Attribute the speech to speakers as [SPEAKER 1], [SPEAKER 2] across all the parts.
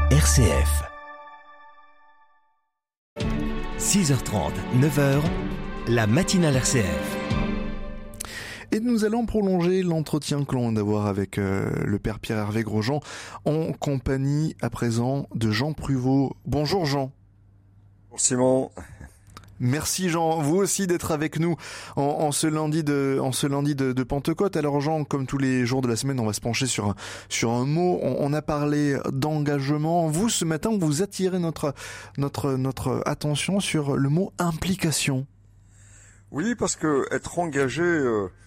[SPEAKER 1] RCF. 6h30, 9h, la matinale RCF.
[SPEAKER 2] Et nous allons prolonger l'entretien que l'on vient d'avoir avec le père Pierre-Hervé Grosjean en compagnie à présent de Jean Pruvot. Bonjour Jean.
[SPEAKER 3] Bonjour Simon.
[SPEAKER 2] Merci Jean, vous aussi d'être avec nous en ce lundi de Pentecôte. Alors Jean, comme tous les jours de la semaine, on va se pencher sur un mot. On a parlé d'engagement. Vous, ce matin, vous attirez notre attention sur le mot implication.
[SPEAKER 3] Oui, parce que être engagé,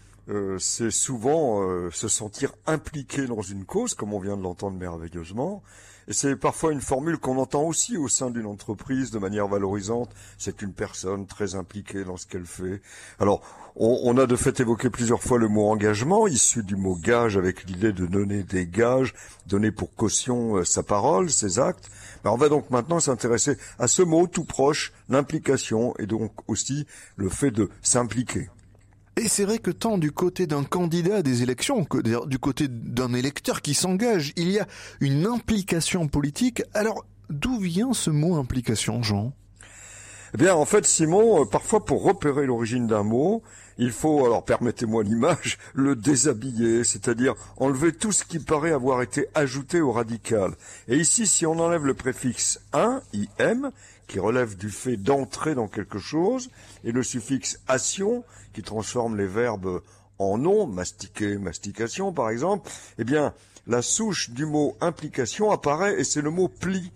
[SPEAKER 3] c'est souvent se sentir impliqué dans une cause, comme on vient de l'entendre merveilleusement. Et c'est parfois une formule qu'on entend aussi au sein d'une entreprise de manière valorisante. C'est une personne très impliquée dans ce qu'elle fait. Alors, on a de fait évoqué plusieurs fois le mot engagement, issu du mot gage, avec l'idée de donner des gages, donner pour caution sa parole, ses actes. On va donc maintenant s'intéresser à ce mot tout proche, l'implication, et donc aussi le fait de s'impliquer.
[SPEAKER 2] Et c'est vrai que tant du côté d'un candidat à des élections que du côté d'un électeur qui s'engage, il y a une implication politique. Alors, d'où vient ce mot implication, Jean ?
[SPEAKER 3] Eh bien, en fait, Simon, parfois pour repérer l'origine d'un mot, il faut, alors permettez-moi l'image, le déshabiller, c'est-à-dire enlever tout ce qui paraît avoir été ajouté au radical. Et ici, si on enlève le préfixe in, im, qui relève du fait d'entrer dans quelque chose, et le suffixe ation, qui transforme les verbes en nom, mastiquer, mastication par exemple, eh bien, la souche du mot implication apparaît et c'est le mot pli,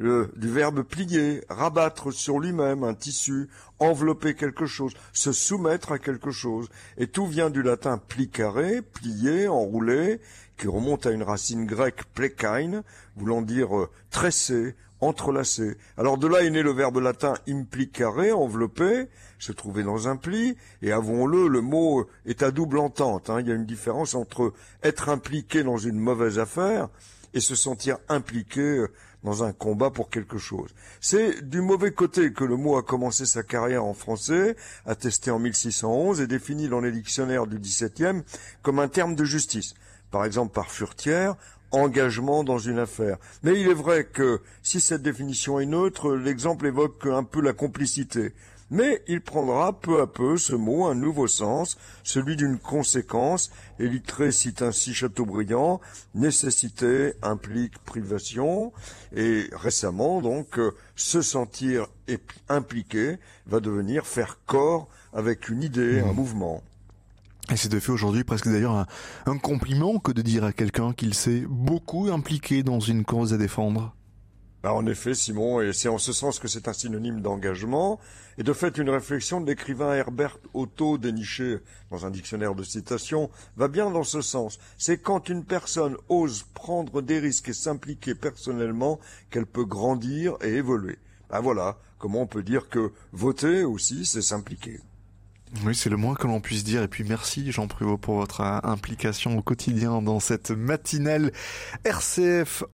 [SPEAKER 3] du verbe plier, rabattre sur lui-même un tissu, envelopper quelque chose, se soumettre à quelque chose. Et tout vient du latin plicare, plier, enrouler, qui remonte à une racine grecque plekein, voulant dire tresser, entrelacé. Alors de là est né le verbe latin implicare, envelopper, se trouver dans un pli, et avouons-le, le mot est à double entente. Il y a une différence entre être impliqué dans une mauvaise affaire et se sentir impliqué dans un combat pour quelque chose. C'est du mauvais côté que le mot a commencé sa carrière en français, attesté en 1611 et défini dans les dictionnaires du XVIIe comme un terme de justice. Par exemple par Furetière, engagement dans une affaire. Mais il est vrai que si cette définition est neutre, l'exemple évoque un peu la complicité. Mais il prendra peu à peu ce mot un nouveau sens, celui d'une conséquence, et Littré cite ainsi Chateaubriand, nécessité implique privation, et récemment donc se sentir impliqué va devenir faire corps avec une idée, un mouvement.
[SPEAKER 2] Et c'est de fait aujourd'hui presque d'ailleurs un compliment que de dire à quelqu'un qu'il s'est beaucoup impliqué dans une cause à défendre.
[SPEAKER 3] En effet, Simon, et c'est en ce sens que c'est un synonyme d'engagement, et de fait une réflexion de l'écrivain Herbert Otto, dénichée dans un dictionnaire de citations, va bien dans ce sens. C'est quand une personne ose prendre des risques et s'impliquer personnellement qu'elle peut grandir et évoluer. Voilà comment on peut dire que voter aussi, c'est s'impliquer.
[SPEAKER 2] Oui, c'est le moins que l'on puisse dire. Et puis merci Jean Pruvot pour votre implication au quotidien dans cette matinale RCF.